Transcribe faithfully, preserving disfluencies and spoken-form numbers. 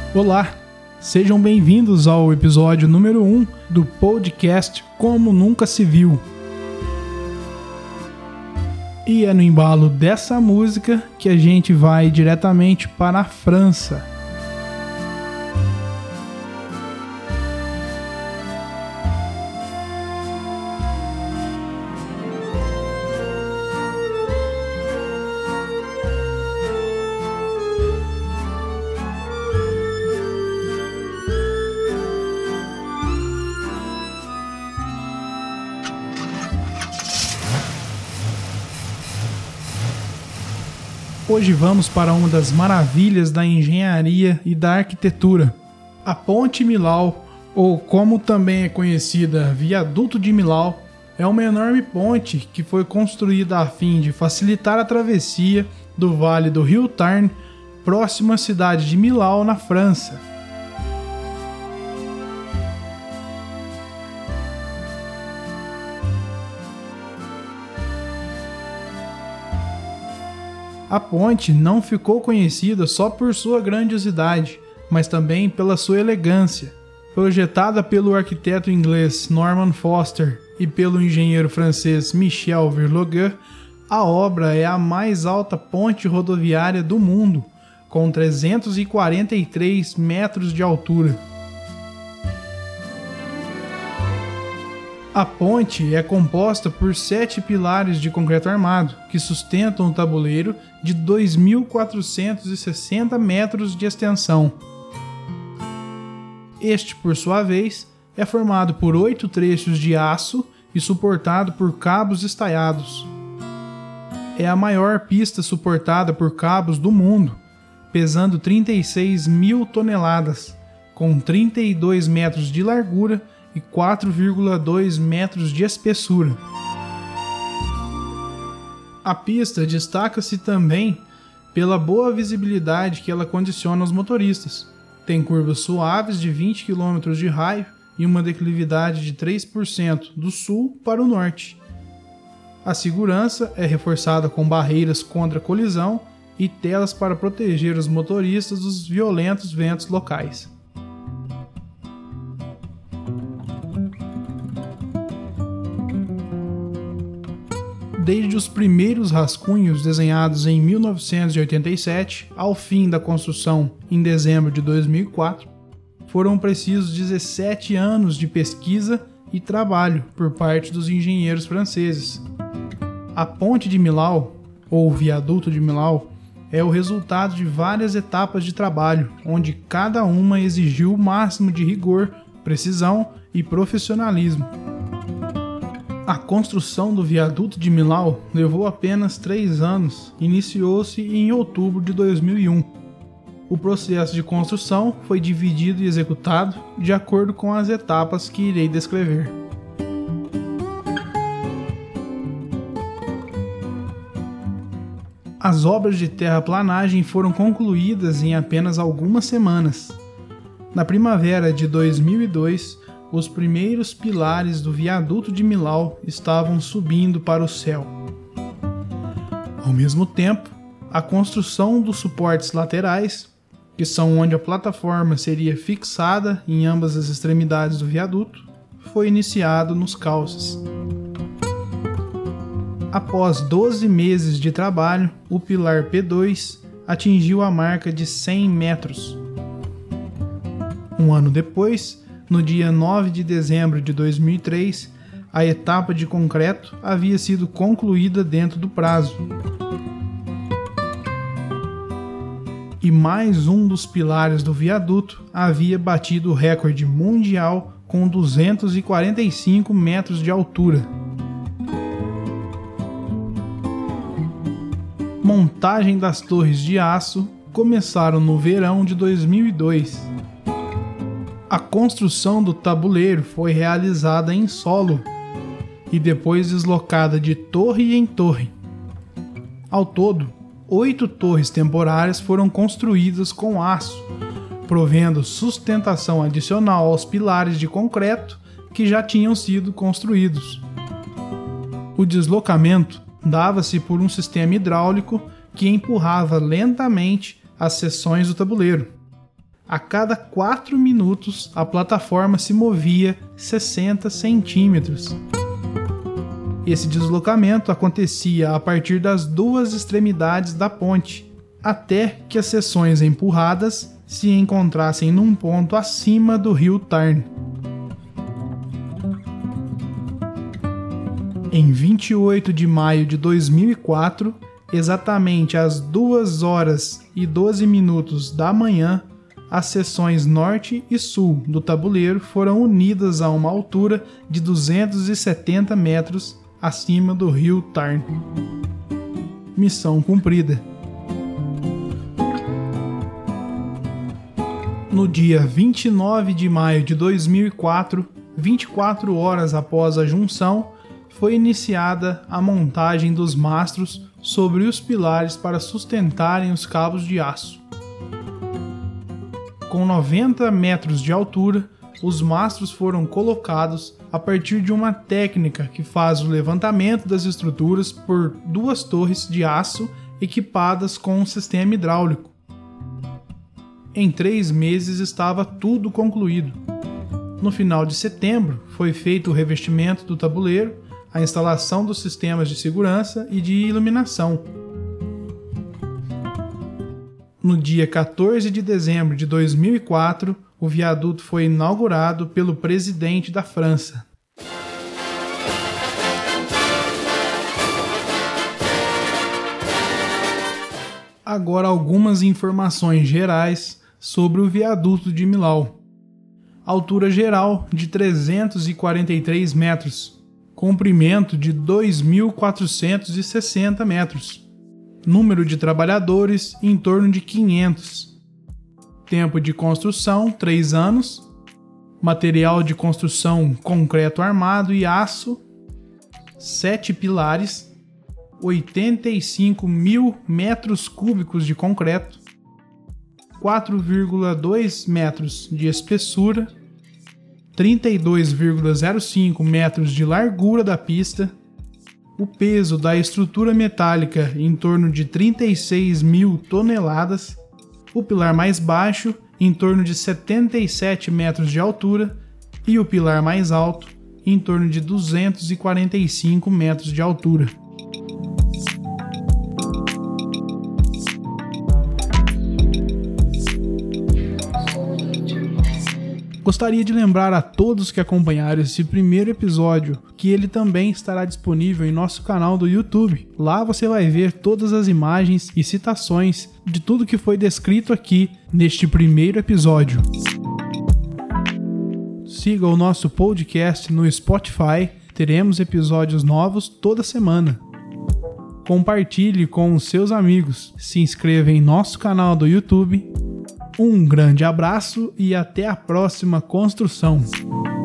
Olá, sejam bem-vindos ao episódio número um do podcast Como Nunca Se Viu. E é no embalo dessa música que a gente vai diretamente para a França. Hoje vamos para uma das maravilhas da engenharia e da arquitetura, a Ponte Millau, ou como também é conhecida, Viaduto de Millau, é uma enorme ponte que foi construída a fim de facilitar a travessia do Vale do Rio Tarn, próximo à cidade de Millau, na França. A ponte não ficou conhecida só por sua grandiosidade, mas também pela sua elegância. Projetada pelo arquiteto inglês Norman Foster e pelo engenheiro francês Michel Virlogueux, a obra é a mais alta ponte rodoviária do mundo, com trezentos e quarenta e três metros de altura. A ponte é composta por sete pilares de concreto armado, que sustentam o tabuleiro de dois mil quatrocentos e sessenta metros de extensão. Este, por sua vez, é formado por oito trechos de aço e suportado por cabos estaiados. É a maior pista suportada por cabos do mundo, pesando trinta e seis mil toneladas, com trinta e dois metros de largura e quatro vírgula dois metros de espessura. A pista destaca-se também pela boa visibilidade que ela condiciona aos motoristas. Tem curvas suaves de vinte quilômetros de raio e uma declividade de três por cento do sul para o norte. A segurança é reforçada com barreiras contra colisão e telas para proteger os motoristas dos violentos ventos locais. Desde os primeiros rascunhos desenhados em mil novecentos e oitenta e sete ao fim da construção em dezembro de dois mil e quatro, foram precisos dezessete anos de pesquisa e trabalho por parte dos engenheiros franceses. A Ponte de Millau, ou Viaduto de Millau, é o resultado de várias etapas de trabalho, onde cada uma exigiu o máximo de rigor, precisão e profissionalismo. A construção do Viaduto de Millau levou apenas três anos e iniciou-se em outubro de dois mil e um. O processo de construção foi dividido e executado de acordo com as etapas que irei descrever. As obras de terraplanagem foram concluídas em apenas algumas semanas. Na primavera de dois mil e dois, os primeiros pilares do Viaduto de Millau estavam subindo para o céu. Ao mesmo tempo, a construção dos suportes laterais, que são onde a plataforma seria fixada em ambas as extremidades do viaduto, foi iniciado nos cauces. Após doze meses de trabalho, o pilar P dois atingiu a marca de cem metros. Um ano depois, no dia nove de dezembro de dois mil e três, a etapa de concreto havia sido concluída dentro do prazo. E mais um dos pilares do viaduto havia batido o recorde mundial com duzentos e quarenta e cinco metros de altura. Montagem das torres de aço começaram no verão de dois mil e dois. A construção do tabuleiro foi realizada em solo e depois deslocada de torre em torre. Ao todo, oito torres temporárias foram construídas com aço, provendo sustentação adicional aos pilares de concreto que já tinham sido construídos. O deslocamento dava-se por um sistema hidráulico que empurrava lentamente as seções do tabuleiro. A cada quatro minutos, a plataforma se movia sessenta centímetros. Esse deslocamento acontecia a partir das duas extremidades da ponte, até que as seções empurradas se encontrassem num ponto acima do rio Tarn. Em vinte e oito de maio de dois mil e quatro, exatamente às duas horas e doze minutos da manhã, as seções norte e sul do tabuleiro foram unidas a uma altura de duzentos e setenta metros acima do rio Tarn. Missão cumprida. No dia vinte e nove de maio de dois mil e quatro, vinte e quatro horas após a junção, foi iniciada a montagem dos mastros sobre os pilares para sustentarem os cabos de aço. Com noventa metros de altura, os mastros foram colocados a partir de uma técnica que faz o levantamento das estruturas por duas torres de aço equipadas com um sistema hidráulico. Em três meses estava tudo concluído. No final de setembro, foi feito o revestimento do tabuleiro, a instalação dos sistemas de segurança e de iluminação. No dia quatorze de dezembro de dois mil e quatro, o viaduto foi inaugurado pelo presidente da França. Agora algumas informações gerais sobre o viaduto de Millau. Altura geral de trezentos e quarenta e três metros. Comprimento de dois mil quatrocentos e sessenta metros. Número de trabalhadores em torno de quinhentos. Tempo de construção, três anos. Material de construção, concreto armado e aço. sete pilares. oitenta e cinco mil metros cúbicos de concreto. quatro vírgula dois metros de espessura. trinta e dois vírgula zero cinco metros de largura da pista. O peso da estrutura metálica em torno de trinta e seis mil toneladas. O pilar mais baixo em torno de setenta e sete metros de altura e o pilar mais alto em torno de duzentos e quarenta e cinco metros de altura. Gostaria de lembrar a todos que acompanharam esse primeiro episódio que ele também estará disponível em nosso canal do YouTube. Lá você vai ver todas as imagens e citações de tudo que foi descrito aqui neste primeiro episódio. Siga o nosso podcast no Spotify, teremos episódios novos toda semana. Compartilhe com os seus amigos, se inscreva em nosso canal do YouTube. Um grande abraço e até a próxima construção.